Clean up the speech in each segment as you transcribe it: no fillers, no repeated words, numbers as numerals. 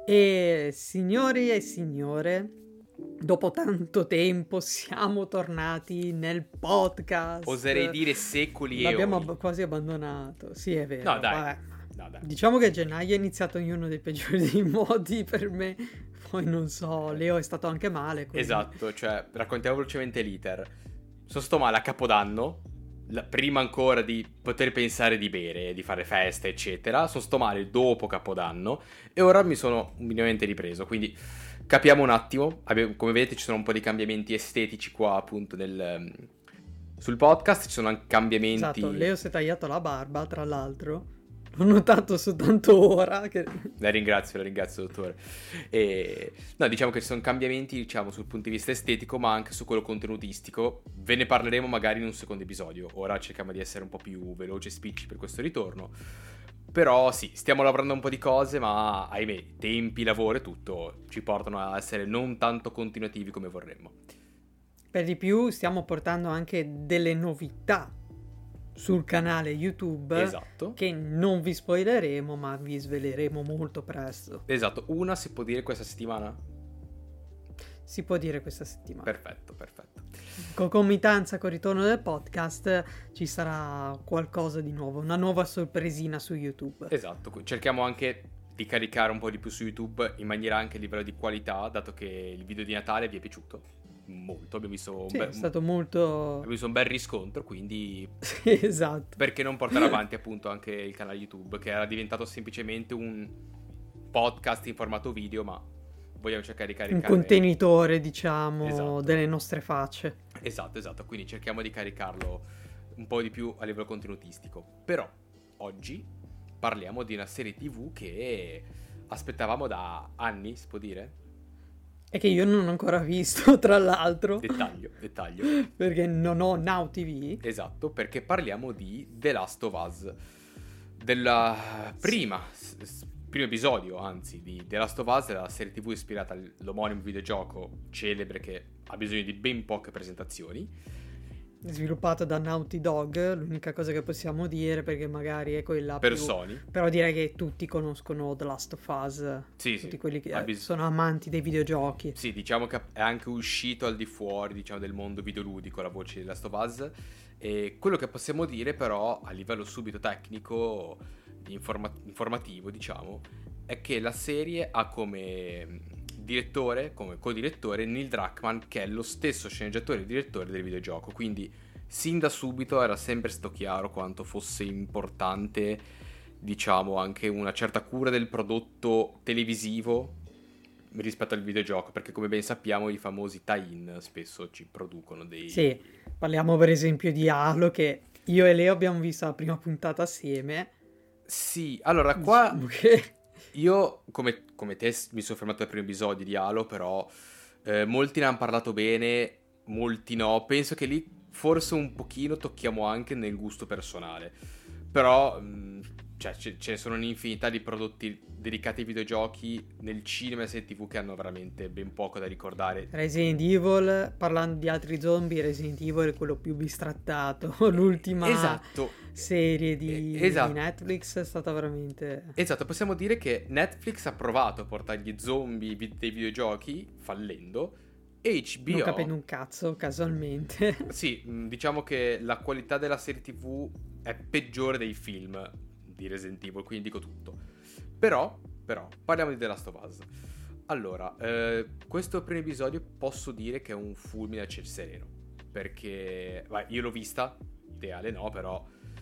E signori e signore, dopo tanto tempo siamo tornati nel podcast. Oserei dire secoli e L'abbiamo ori. quasi abbandonato, sì è vero. No, dai. Vabbè. No, dai. Diciamo che gennaio è iniziato in uno dei peggiori dei modi per me. Poi non so, Leo è stato anche male. Quindi... Esatto, cioè, raccontiamo velocemente l'iter. Sono stato male a Capodanno, prima ancora di poter pensare di bere, di fare feste, eccetera. Sono stato male dopo Capodanno e ora mi sono minimamente ripreso, quindi capiamo un attimo. Come vedete ci sono un po' di cambiamenti estetici qua appunto sul podcast, ci sono anche cambiamenti... Esatto, Leo si è tagliato la barba, tra l'altro. L'ho notato soltanto ora che... La ringrazio dottore. No, diciamo che ci sono cambiamenti, diciamo, sul punto di vista estetico, ma anche su quello contenutistico. Ve ne parleremo magari in un secondo episodio. Ora cerchiamo di essere un po' più veloci e spicci per questo ritorno. Però sì, stiamo lavorando un po' di cose, ma ahimè, tempi, lavoro e tutto ci portano a essere non tanto continuativi come vorremmo. Per di più stiamo portando anche delle novità sul canale YouTube, esatto, che non vi spoileremo ma vi sveleremo molto presto. Esatto, una si può dire questa settimana? Si può dire questa settimana. Perfetto. Concomitanza col ritorno del podcast ci sarà qualcosa di nuovo, una nuova sorpresina su YouTube. Esatto, cerchiamo anche di caricare un po' di più su YouTube in maniera anche a livello di qualità, dato che il video di Natale vi è piaciuto molto, abbiamo visto è stato molto... abbiamo visto un bel riscontro, quindi sì, esatto, perché non portare avanti appunto anche il canale YouTube, che era diventato semplicemente un podcast in formato video, ma vogliamo cercare di caricare un contenitore, diciamo, esatto, delle nostre facce. Esatto, quindi cerchiamo di caricarlo un po' di più a livello contenutistico. Però oggi parliamo di una serie TV che aspettavamo da anni, si può dire? E che io non ho ancora visto, tra l'altro. Dettaglio. Perché non ho Now TV. Esatto, perché parliamo di The Last of Us. Della primo episodio, anzi, di The Last of Us, la serie TV ispirata all'omonimo videogioco celebre che ha bisogno di ben poche presentazioni. Sviluppato da Naughty Dog, l'unica cosa che possiamo dire, perché magari è quella per più... Sony. Però direi che tutti conoscono The Last of Us, tutti quelli che sono amanti dei videogiochi. Sì, diciamo che è anche uscito al di fuori, diciamo, del mondo videoludico la voce di The Last of Us. E quello che possiamo dire però a livello subito tecnico, informativo, diciamo, è che la serie ha come direttore, come co-direttore Neil Druckmann, che è lo stesso sceneggiatore e direttore del videogioco, quindi sin da subito era sempre stato chiaro quanto fosse importante, diciamo, anche una certa cura del prodotto televisivo rispetto al videogioco, perché come ben sappiamo i famosi tie-in spesso ci producono dei... Sì, parliamo per esempio di Halo, che io e Leo abbiamo visto la prima puntata assieme. Sì, allora qua... Diciamo che... Io, come te, mi sono fermato ai primi episodi di Halo, però molti ne hanno parlato bene, molti no. Penso che lì forse un pochino tocchiamo anche nel gusto personale. Però, cioè, ce ne sono un'infinità di prodotti dedicati ai videogiochi nel cinema e serie TV che hanno veramente ben poco da ricordare. Resident Evil, parlando di altri zombie, Resident Evil è quello più bistrattato. L'ultima serie di Netflix è stata veramente... Esatto, possiamo dire che Netflix ha provato a portare gli zombie dei videogiochi, fallendo, e HBO... Non capendo un cazzo, casualmente. Sì, diciamo che la qualità della serie TV è peggiore dei film di Resident Evil, quindi dico tutto. Però, parliamo di The Last of Us. Allora, questo primo episodio posso dire che è un fulmine a ciel sereno, perché io l'ho vista, ideale no, però...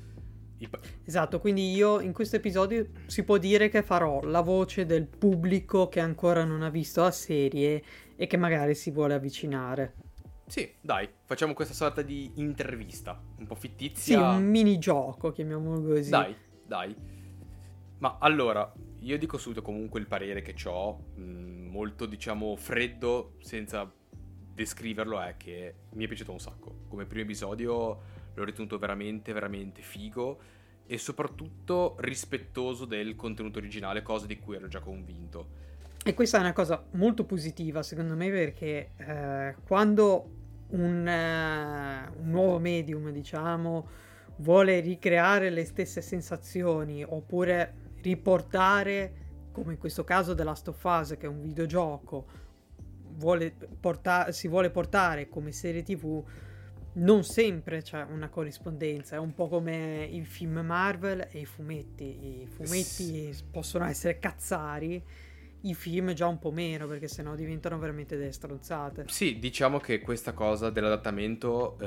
Esatto, quindi io in questo episodio si può dire che farò la voce del pubblico che ancora non ha visto la serie e che magari si vuole avvicinare. Sì, dai, facciamo questa sorta di intervista, un po' fittizia. Sì, un minigioco, chiamiamolo così. Dai. Ma allora, io dico subito comunque il parere che ho, molto diciamo freddo, senza descriverlo, è che mi è piaciuto un sacco. Come primo episodio l'ho ritenuto veramente, veramente figo e soprattutto rispettoso del contenuto originale, cosa di cui ero già convinto. E questa è una cosa molto positiva secondo me, perché quando un nuovo medium, diciamo, vuole ricreare le stesse sensazioni oppure riportare come in questo caso The Last of Us, che è un videogioco, si vuole portare come serie TV, non sempre c'è una corrispondenza. È un po' come i film Marvel e i fumetti. I fumetti possono essere cazzari, i film già un po' meno, perché sennò diventano veramente delle stronzate. Sì, diciamo che questa cosa dell'adattamento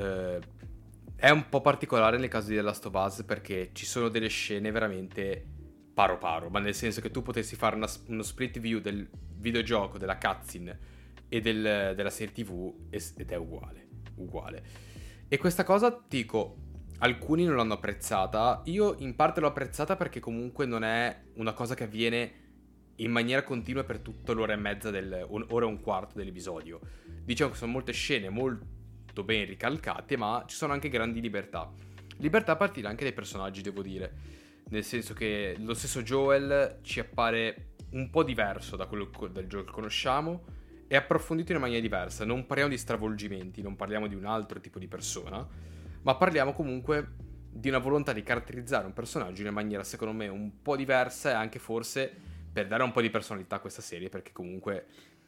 è un po' particolare nel caso di The Last of Us, perché ci sono delle scene veramente paro paro, ma nel senso che tu potessi fare uno split view del videogioco, della cutscene e della serie TV ed è uguale. E questa cosa, ti dico, alcuni non l'hanno apprezzata. Io in parte l'ho apprezzata perché comunque non è una cosa che avviene in maniera continua per tutta l'ora e mezza ora e un quarto dell'episodio. Diciamo che sono molte scene molto ben ricalcate, ma ci sono anche grandi libertà. Libertà a partire anche dai personaggi, devo dire. Nel senso che lo stesso Joel ci appare un po' diverso da quello del Joel che conosciamo, è approfondito in una maniera diversa. Non parliamo di stravolgimenti, non parliamo di un altro tipo di persona, ma parliamo comunque di una volontà di caratterizzare un personaggio in una maniera, secondo me, un po' diversa, e anche forse per dare un po' di personalità a questa serie, perché comunque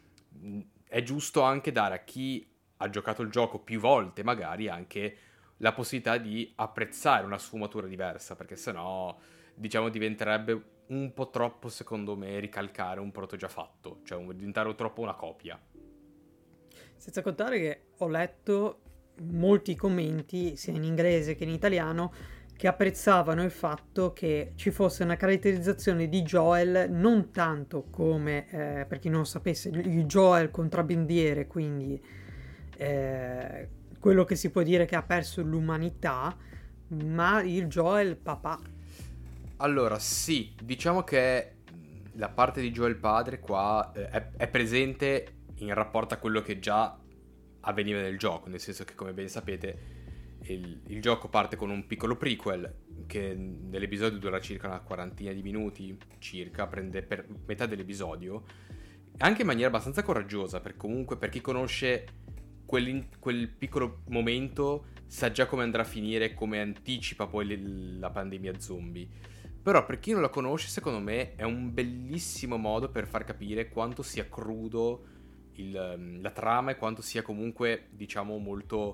è giusto anche dare a chi ha giocato il gioco più volte magari anche la possibilità di apprezzare una sfumatura diversa, perché sennò, diciamo, diventerebbe un po' troppo, secondo me, ricalcare un prodotto già fatto, cioè diventare troppo una copia. Senza contare che ho letto molti commenti, sia in inglese che in italiano, che apprezzavano il fatto che ci fosse una caratterizzazione di Joel non tanto come, per chi non lo sapesse, il Joel contrabbandiere, quindi quello che si può dire che ha perso l'umanità, ma il Joel papà. Allora, sì, diciamo che la parte di Joel padre qua è presente in rapporto a quello che già avveniva nel gioco, nel senso che, come ben sapete, il gioco parte con un piccolo prequel che nell'episodio dura circa una quarantina di minuti, circa, prende per metà dell'episodio, anche in maniera abbastanza coraggiosa, perché comunque per chi conosce quel piccolo momento sa già come andrà a finire, come anticipa poi la pandemia zombie. Però per chi non la conosce, secondo me è un bellissimo modo per far capire quanto sia crudo la trama, e quanto sia comunque, diciamo, molto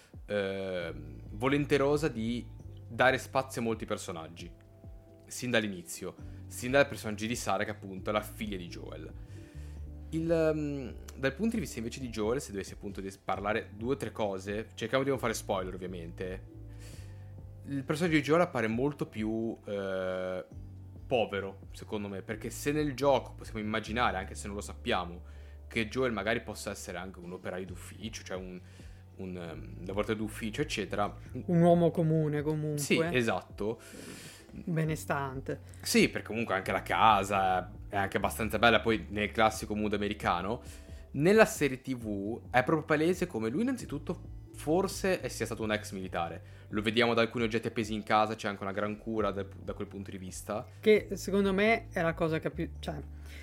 volenterosa di dare spazio a molti personaggi sin dall'inizio, sin dal personaggio di Sarah, che appunto è la figlia di Joel. Dal punto di vista invece di Joel, se dovessi appunto parlare 2 o 3 cose, cerchiamo di non fare spoiler ovviamente, il personaggio di Joel appare molto più povero, secondo me, perché se nel gioco possiamo immaginare, anche se non lo sappiamo, che Joel magari possa essere anche un operaio d'ufficio, cioè un lavoratore d'ufficio, eccetera. Un uomo comune, comunque. Sì, esatto. Benestante. Sì, perché comunque anche la casa è anche abbastanza bella, poi nel classico mood americano. Nella serie TV è proprio palese come lui innanzitutto forse sia stato un ex militare. Lo vediamo da alcuni oggetti appesi in casa, c'è anche una gran cura da quel punto di vista. Che secondo me è la cosa che più... Cioè,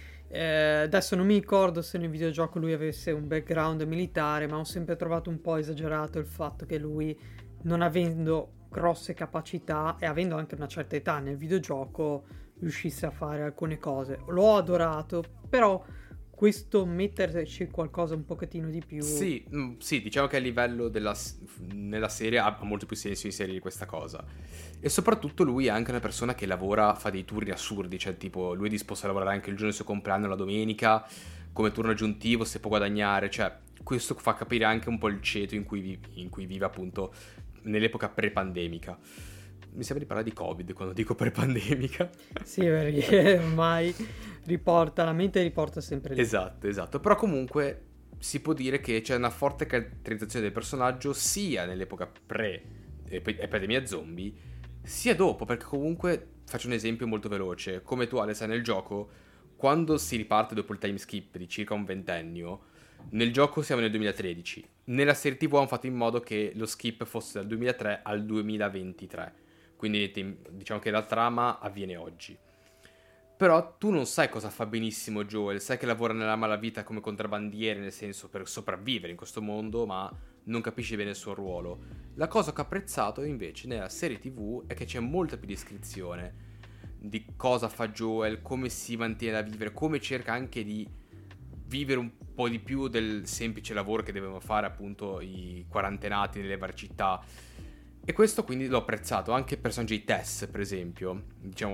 adesso non mi ricordo se nel videogioco lui avesse un background militare, ma ho sempre trovato un po' esagerato il fatto che lui, non avendo grosse capacità e avendo anche una certa età nel videogioco, riuscisse a fare alcune cose. L'ho adorato, però questo metterci qualcosa un pochettino di più... Sì, diciamo che a livello nella serie ha molto più senso inserire questa cosa. E soprattutto lui è anche una persona che lavora, fa dei turni assurdi, cioè tipo lui è disposto a lavorare anche il giorno del suo compleanno, la domenica, come turno aggiuntivo, se può guadagnare, cioè questo fa capire anche un po' il ceto in cui vive appunto nell'epoca pre-pandemica. Mi sembra di parlare di Covid quando dico pre-pandemica. Sì, perché ormai la mente riporta sempre lì. Esatto. Però comunque si può dire che c'è una forte caratterizzazione del personaggio sia nell'epoca pre-epidemia zombie, sia dopo, perché comunque, faccio un esempio molto veloce, come tu Ale sai nel gioco, quando si riparte dopo il time skip di circa un ventennio, nel gioco siamo nel 2013, nella serie TV hanno fatto in modo che lo skip fosse dal 2003 al 2023, quindi diciamo che la trama avviene oggi. Però tu non sai cosa fa benissimo Joel, sai che lavora nella malavita come contrabbandiere, nel senso per sopravvivere in questo mondo, ma non capisci bene il suo ruolo. La cosa che ho apprezzato invece nella serie TV è che c'è molta più descrizione di cosa fa Joel, come si mantiene a vivere, come cerca anche di vivere un po' di più del semplice lavoro che devono fare appunto i quarantenati nelle varie città. E questo quindi l'ho apprezzato. Anche il personaggio di Tess, per esempio, diciamo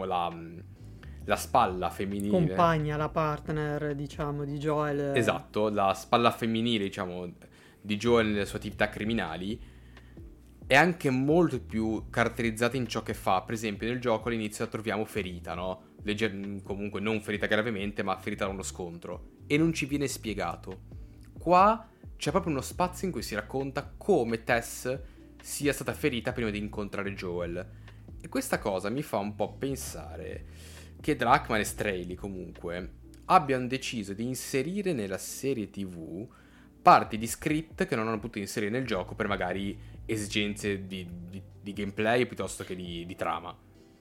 la spalla femminile, Compagna, la partner, diciamo, di Joel. esatto, la spalla femminile, diciamo, di Joel nelle sue attività criminali, è anche molto più caratterizzata in ciò che fa. Per esempio nel gioco all'inizio la troviamo ferita, no? Comunque non ferita gravemente, ma ferita da uno scontro, e non ci viene spiegato. Qua c'è proprio uno spazio in cui si racconta come Tess sia stata ferita prima di incontrare Joel, e questa cosa mi fa un po' pensare che Druckmann e Straley comunque abbiano deciso di inserire nella serie TV parti di script che non hanno potuto inserire nel gioco per magari esigenze di gameplay piuttosto che di trama.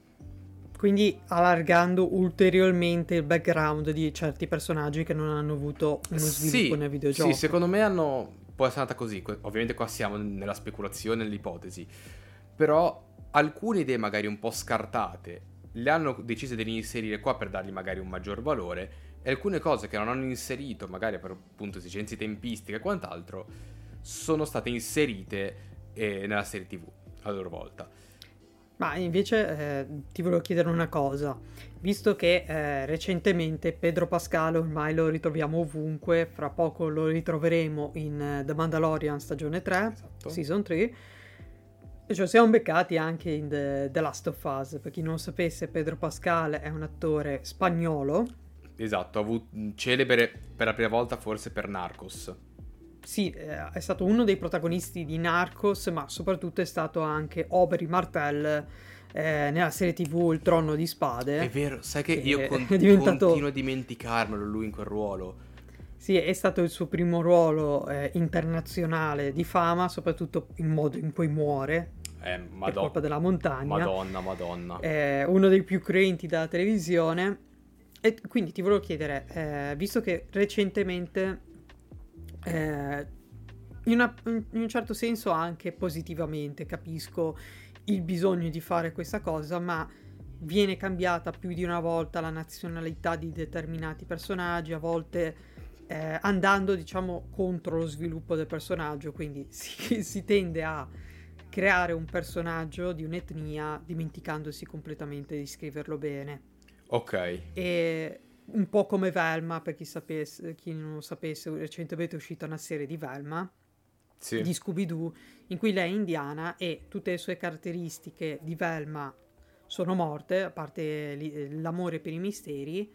Quindi allargando ulteriormente il background di certi personaggi che non hanno avuto uno sviluppo nel videogioco. Sì, secondo me può essere andata così. Ovviamente qua siamo nella speculazione, nell'ipotesi. Però alcune idee magari un po' scartate le hanno decise di inserire qua per dargli magari un maggior valore, e alcune cose che non hanno inserito magari per appunto esigenze tempistiche e quant'altro sono state inserite nella serie TV a loro volta. Ma invece ti volevo chiedere una cosa, visto che recentemente Pedro Pascal ormai lo ritroviamo ovunque, fra poco lo ritroveremo in The Mandalorian stagione 3, Esatto. season 3, e ci siamo beccati anche in The Last of Us. Per chi non lo sapesse, Pedro Pascal è un attore spagnolo. Esatto, celebre per la prima volta forse per Narcos. Sì, è stato uno dei protagonisti di Narcos, ma soprattutto è stato anche Oberyn Martell nella serie TV Il Trono di Spade. È vero, sai che io è diventato... continuo a dimenticarmelo lui in quel ruolo. Sì, è stato il suo primo ruolo internazionale di fama, soprattutto il modo in cui muore, per colpa della montagna. Madonna. È uno dei più cruenti della televisione. E quindi ti volevo chiedere, visto che recentemente... in un certo senso anche positivamente capisco il bisogno di fare questa cosa, ma viene cambiata più di una volta la nazionalità di determinati personaggi, a volte andando diciamo contro lo sviluppo del personaggio, quindi si tende a creare un personaggio di un'etnia dimenticandosi completamente di scriverlo bene. Ok. E un po' come Velma, per chi non lo sapesse, recentemente è uscita una serie di Velma, sì, di Scooby-Doo, in cui lei è indiana e tutte le sue caratteristiche di Velma sono morte, a parte l'amore per i misteri,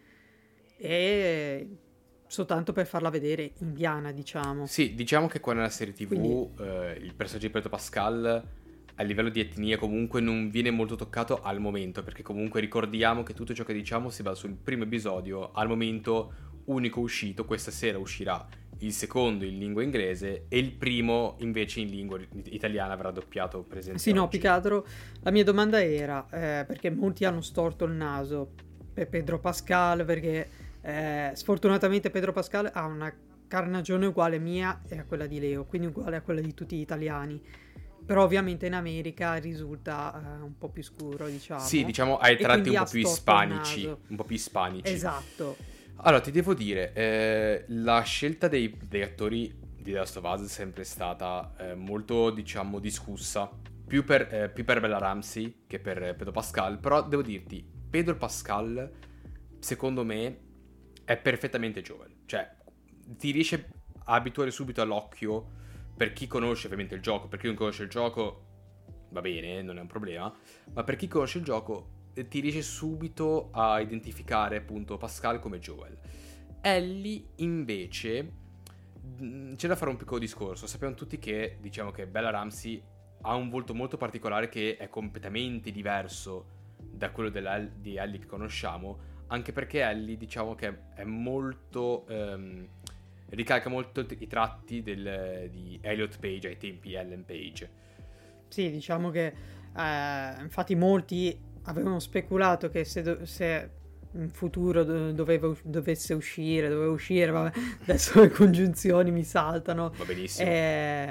e soltanto per farla vedere indiana, diciamo. Sì, diciamo che qua nella serie TV Quindi... il personaggio di Pedro Pascal a livello di etnia comunque non viene molto toccato al momento, perché comunque ricordiamo che tutto ciò che diciamo si basa sul primo episodio, al momento unico uscito. Questa sera uscirà il secondo in lingua inglese e il primo invece in lingua italiana verrà doppiato presente Sì, no, oggi. più che altro la mia domanda era, perché molti hanno storto il naso per Pedro Pascal, perché sfortunatamente Pedro Pascal ha una carnagione uguale mia e a quella di Leo, quindi uguale a quella di tutti gli italiani. Però ovviamente in America risulta un po' più scuro, diciamo. Sì, diciamo hai tratti un po' più ispanici. Un po' più ispanici. Esatto. Allora, ti devo dire, la scelta degli attori di The Last of Us è sempre stata molto, diciamo, discussa. Più per Bella Ramsey che per Pedro Pascal. Però devo dirti, Pedro Pascal, secondo me, è perfettamente Joel. Cioè, ti riesce a abituare subito all'occhio. Per chi conosce ovviamente il gioco, per chi non conosce il gioco va bene, non è un problema, ma per chi conosce il gioco ti riesce subito a identificare appunto Pascal come Joel. Ellie invece c'è da fare un piccolo discorso. Sappiamo tutti che diciamo che Bella Ramsey ha un volto molto particolare che è completamente diverso da quello di Ellie che conosciamo, anche perché Ellie diciamo che è molto... ricalca molto i tratti di Elliot Page ai tempi Ellen Page. Sì, diciamo che infatti molti avevano speculato che se in futuro dovesse uscire, vabbè, adesso le congiunzioni mi saltano. Va benissimo.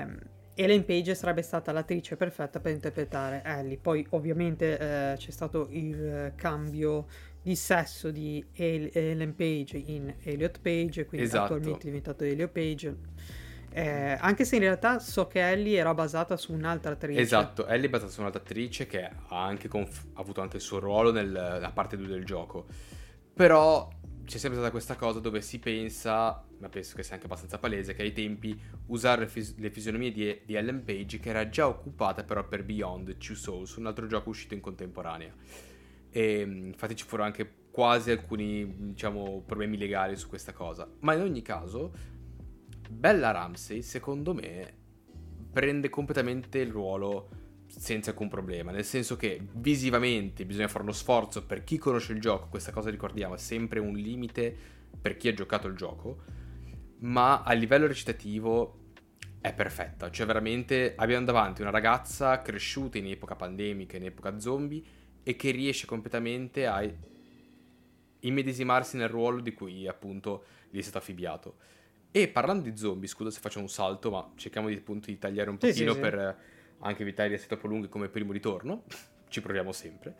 Ellen Page sarebbe stata l'attrice perfetta per interpretare Ellie. Poi ovviamente c'è stato il cambio di sesso di Ellen Page in Elliot Page, quindi attualmente è diventato Elliot Page. Anche se in realtà so che Ellie era basata su un'altra attrice. Esatto, Ellie è basata su un'altra attrice che ha anche avuto anche il suo ruolo nella parte 2 del gioco. Però c'è sempre stata questa cosa dove si pensa, ma penso che sia anche abbastanza palese, che ai tempi usare le fisionomie di Ellen Page, che era già occupata però per Beyond Two Souls, un altro gioco uscito in contemporanea. E infatti ci furono anche quasi alcuni, diciamo, problemi legali su questa cosa. Ma in ogni caso, Bella Ramsey, secondo me, prende completamente il ruolo senza alcun problema, nel senso che visivamente bisogna fare uno sforzo per chi conosce il gioco, questa cosa ricordiamo è sempre un limite per chi ha giocato il gioco, ma a livello recitativo è perfetta, cioè veramente abbiamo davanti una ragazza cresciuta in epoca pandemica, in epoca zombie, e che riesce completamente a immedesimarsi nel ruolo di cui appunto gli è stato affibbiato. E parlando di zombie, scusa se faccio un salto, ma cerchiamo di, appunto, di tagliare un pochino per anche evitare di essere troppo lunghi come primo ritorno. Ci proviamo sempre.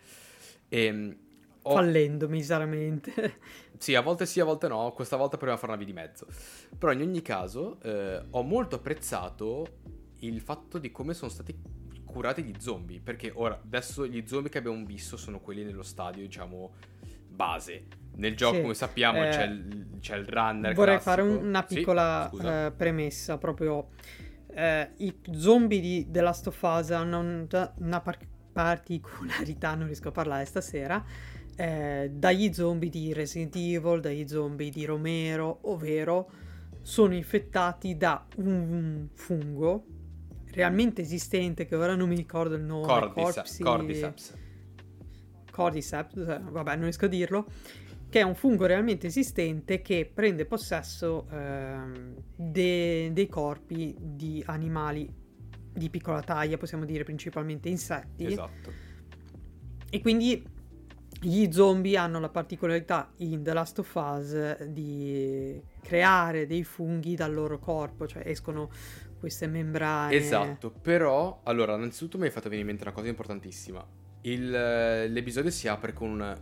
Fallendo miseramente. Sì, a volte no. Questa volta proviamo a fare una via di mezzo. Però in ogni caso ho molto apprezzato il fatto di come sono stati curati gli zombie. Perché ora, adesso gli zombie che abbiamo visto sono quelli nello stadio, diciamo, base. Nel gioco, come sappiamo, c'è il runner. Vorrei classico. fare una piccola premessa. Proprio i zombie di The Last of Us hanno una particolarità, non riesco a parlare stasera, dagli zombie di Resident Evil, dagli zombie di Romero, ovvero sono infettati da un fungo realmente esistente, che ora non mi ricordo il nome. Cordyceps, vabbè, non riesco a dirlo, che è un fungo realmente esistente che prende possesso dei corpi di animali di piccola taglia, possiamo dire principalmente insetti. Esatto. E quindi gli zombie hanno la particolarità in The Last of Us di creare dei funghi dal loro corpo, cioè escono queste membrane. Esatto, però, allora, innanzitutto mi hai fatto venire in mente una cosa importantissima. L'episodio si apre con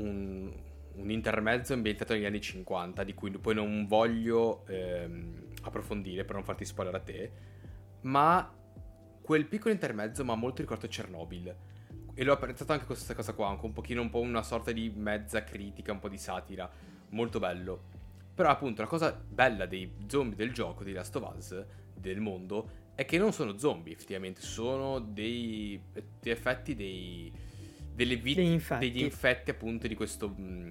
un intermezzo ambientato negli anni 50, di cui poi non voglio approfondire per non farti spoiler a te, ma quel piccolo intermezzo mi ha molto ricordato Chernobyl, e l'ho apprezzato anche questa cosa qua, anche un po' una sorta di mezza critica, un po' di satira, molto bello. Però appunto la cosa bella dei zombie del gioco, di Last of Us, del mondo, è che non sono zombie effettivamente, sono degli effetti degli infetti appunto di questo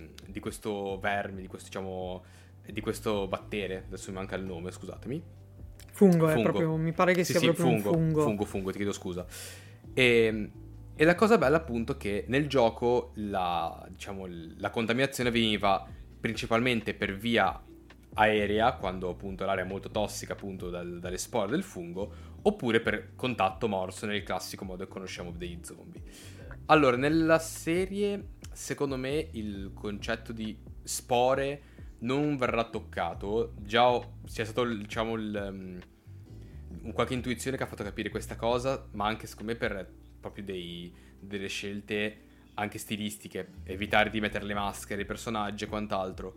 verme, di questo, diciamo, di questo battere, adesso mi manca il nome, scusatemi. Fungo. È proprio, mi pare che sia proprio un fungo, ti chiedo scusa. E la cosa bella appunto che nel gioco la contaminazione veniva principalmente per via aerea, quando appunto l'area è molto tossica appunto dalle spore del fungo, oppure per contatto morso, nel classico modo che conosciamo degli zombie. Allora, nella serie, secondo me, il concetto di spore non verrà toccato. Già c'è stato, diciamo, qualche intuizione che ha fatto capire questa cosa, ma anche, secondo me, per proprio delle scelte anche stilistiche, evitare di mettere le maschere, i personaggi e quant'altro.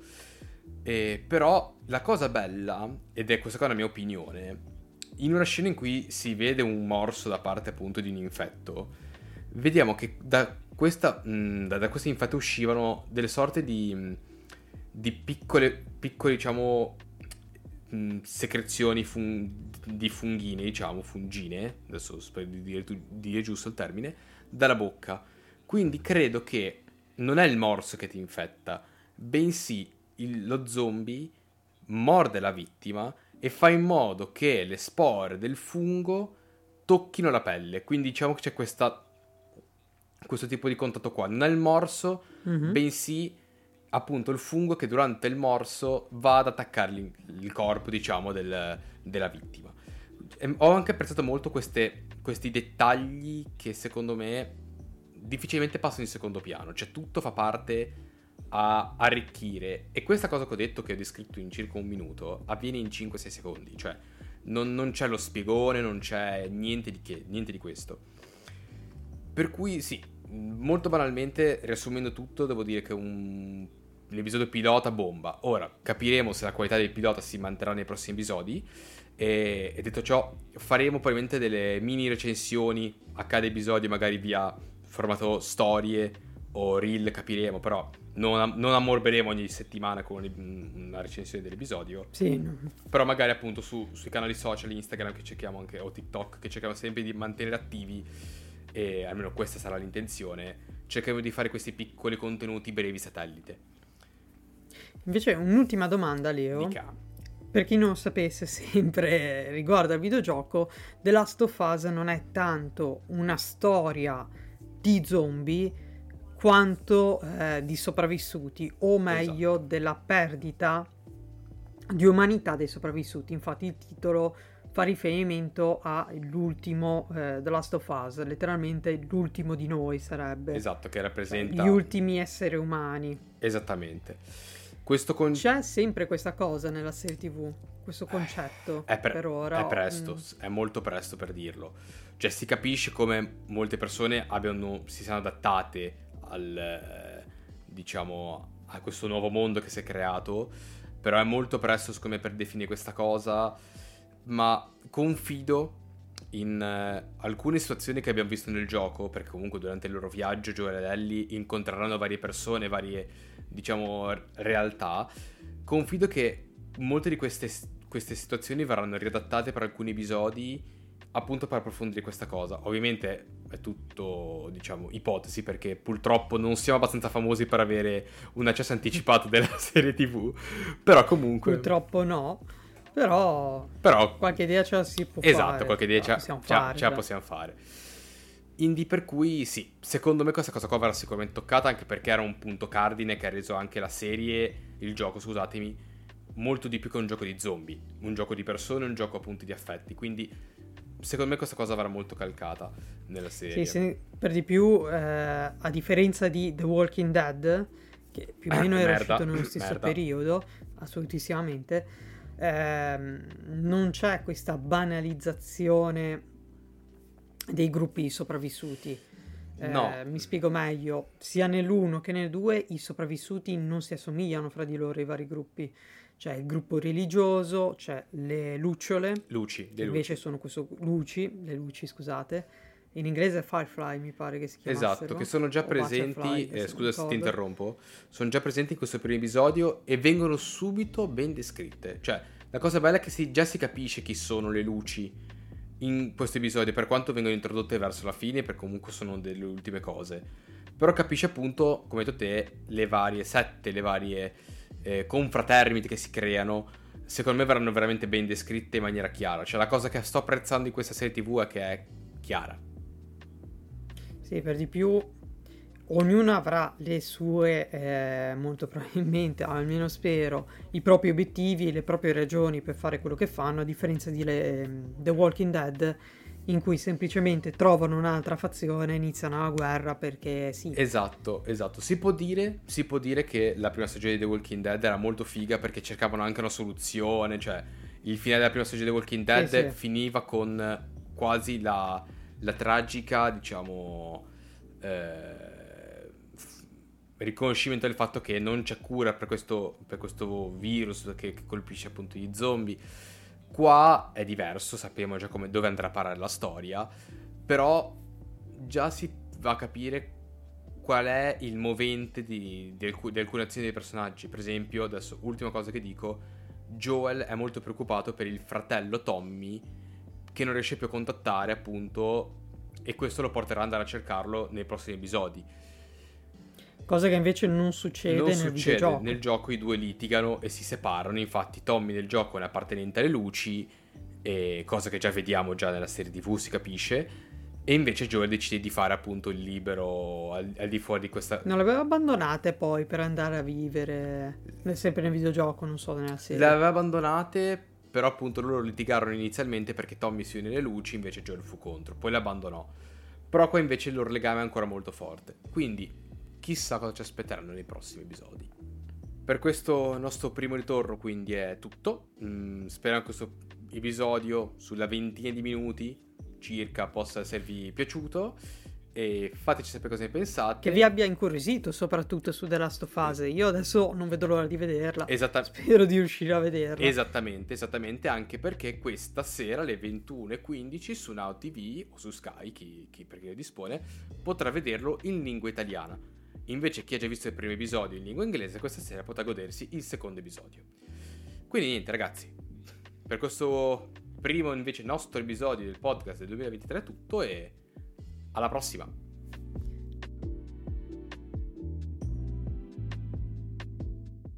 Però la cosa bella, ed è questa qua la mia opinione, in una scena in cui si vede un morso da parte appunto di un infetto, vediamo che da questo infetto uscivano delle sorte di piccole, diciamo, secrezioni di funghine, diciamo, fungine, adesso spero di dire giusto il termine, dalla bocca. Quindi credo che non è il morso che ti infetta, bensì lo zombie morde la vittima e fa in modo che le spore del fungo tocchino la pelle. Quindi diciamo che c'è questo tipo di contatto qua. Non è il morso, bensì appunto il fungo che durante il morso va ad attaccare il corpo, diciamo, della vittima. Ho anche apprezzato molto questi dettagli che secondo me difficilmente passano in secondo piano. Cioè tutto fa parte a arricchire, e questa cosa che ho detto, che ho descritto in circa un minuto, avviene in 5-6 secondi. Cioè non c'è lo spiegone, non c'è niente di che, niente di questo. Per cui sì, molto banalmente, riassumendo tutto, devo dire che l'episodio pilota bomba. Ora, capiremo se la qualità del pilota si manterrà nei prossimi episodi. E detto ciò, faremo probabilmente delle mini recensioni a cada episodio, magari via formato storie o reel, capiremo, però non ammorberemo ogni settimana con una recensione dell'episodio. Sì, no. Però magari appunto sui canali social, Instagram che cerchiamo anche, o TikTok, che cerchiamo sempre di mantenere attivi, e almeno questa sarà l'intenzione, cercheremo di fare questi piccoli contenuti brevi satellite. Invece un'ultima domanda, Leo. Dica. Per chi non sapesse, sempre riguardo al videogioco, The Last of Us non è tanto una storia di zombie quanto di sopravvissuti, o meglio Esatto. della perdita di umanità dei sopravvissuti. Infatti il titolo fa riferimento all'ultimo The Last of Us, letteralmente l'ultimo di noi sarebbe. Esatto, che rappresenta Gli ultimi esseri umani. Esattamente. C'è sempre questa cosa nella serie TV, questo concetto per ora. È presto, è molto presto per dirlo. Cioè si capisce come molte persone si siano adattate diciamo, a questo nuovo mondo che si è creato, però è molto presto secondo me per definire questa cosa, ma confido in alcune situazioni che abbiamo visto nel gioco, perché comunque durante il loro viaggio Joel ed Ellie incontreranno varie persone, varie, diciamo, realtà. Confido che molte di queste situazioni verranno riadattate per alcuni episodi, appunto per approfondire questa cosa. Ovviamente è tutto, diciamo, ipotesi, perché purtroppo non siamo abbastanza famosi per avere un accesso anticipato della serie TV, però comunque purtroppo no. Però qualche idea ce la si può fare. Esatto, qualche idea ce la possiamo fare. Quindi per cui sì, secondo me questa cosa qua verrà sicuramente toccata, anche perché era un punto cardine che ha reso anche il gioco, scusatemi, molto di più che un gioco di zombie, un gioco di persone, un gioco appunto di affetti. Quindi secondo me questa cosa verrà molto calcata nella serie. Sì, per di più, a differenza di The Walking Dead, che più o meno era uscito nello stesso periodo, assolutissimamente, non c'è questa banalizzazione dei gruppi sopravvissuti. No. Mi spiego meglio: sia nell'1 che nel 2 i sopravvissuti non si assomigliano fra di loro, i vari gruppi. C'è il gruppo religioso, c'è le lucciole, sono le luci, scusate. In inglese è Firefly, mi pare che si chiamassero. Esatto, che sono già presenti, scusa se ti interrompo, sono già presenti in questo primo episodio e vengono subito ben descritte. Cioè, la cosa bella è che già si capisce chi sono le luci in questo episodio, per quanto vengono introdotte verso la fine, perché comunque sono delle ultime cose. Però capisci appunto, come hai detto te, le varie sette, le varie confraternite che si creano. Secondo me verranno veramente ben descritte in maniera chiara. Cioè, la cosa che sto apprezzando in questa serie TV è che è chiara. Sì, per di più ognuno avrà le sue, molto probabilmente, almeno spero, i propri obiettivi, le proprie ragioni per fare quello che fanno, a differenza di The Walking Dead, in cui semplicemente trovano un'altra fazione e iniziano la guerra perché sì. Esatto. Si può dire che la prima stagione di The Walking Dead era molto figa perché cercavano anche una soluzione, cioè il finale della prima stagione di The Walking Dead finiva con quasi la tragica, diciamo, riconoscimento del fatto che non c'è cura per questo virus che colpisce appunto gli zombie. Qua è diverso, sappiamo già dove andrà a parare la storia, però già si va a capire qual è il movente di alcune azioni dei personaggi. Per esempio, adesso, ultima cosa che dico, Joel è molto preoccupato per il fratello Tommy, che non riesce più a contattare, appunto, e questo lo porterà ad andare a cercarlo nei prossimi episodi. Cosa che invece non succede nel videogioco. Nel gioco i due litigano e si separano. Infatti Tommy nel gioco è un appartenente alle luci, e cosa che già vediamo già nella serie TV, si capisce. E invece Joel decide di fare appunto il libero al di fuori di questa... Non le aveva abbandonate poi per andare a vivere sempre nel videogioco, non so, nella serie. Le aveva abbandonate, però appunto loro litigarono inizialmente perché Tommy si unì alle luci, invece Joel fu contro, poi le abbandonò. Però qua invece il loro legame è ancora molto forte. Quindi chissà cosa ci aspetteranno nei prossimi episodi. Per questo nostro primo ritorno quindi è tutto. Speriamo che questo episodio sulla ventina di minuti circa possa esservi piaciuto, e fateci sapere cosa ne pensate. Che vi abbia incuriosito soprattutto su The Last of Us. Io adesso non vedo l'ora di vederla. Spero di riuscire a vederla. Esattamente, anche perché questa sera alle 21:15 su Now TV o su Sky, chi perché ne dispone, potrà vederlo in lingua italiana. Invece chi ha già visto il primo episodio in lingua inglese, questa sera potrà godersi il secondo episodio. Quindi niente ragazzi, per questo primo invece nostro episodio del podcast del 2023 è tutto, e alla prossima!